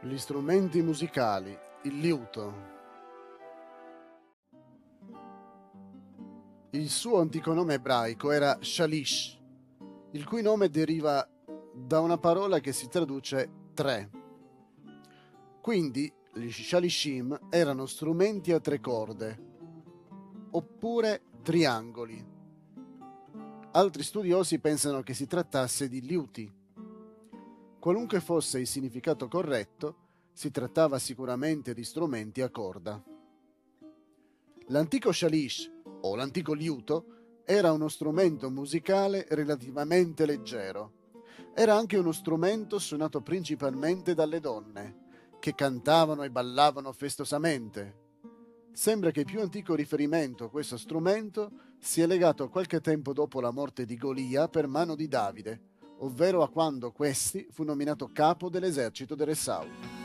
Gli strumenti musicali, il liuto. Il suo antico nome ebraico era Shalish, il cui nome deriva da una parola che si traduce tre. Quindi gli Shalishim erano strumenti a tre corde, oppure triangoli. Altri studiosi pensano che si trattasse di liuti. Qualunque fosse il significato corretto, si trattava sicuramente di strumenti a corda. L'antico shalish, o l'antico liuto, era uno strumento musicale relativamente leggero. Era anche uno strumento suonato principalmente dalle donne, che cantavano e ballavano festosamente. Sembra che il più antico riferimento a questo strumento sia legato a qualche tempo dopo la morte di Golia per mano di Davide, ovvero a quando questi fu nominato capo dell'esercito del re Saul.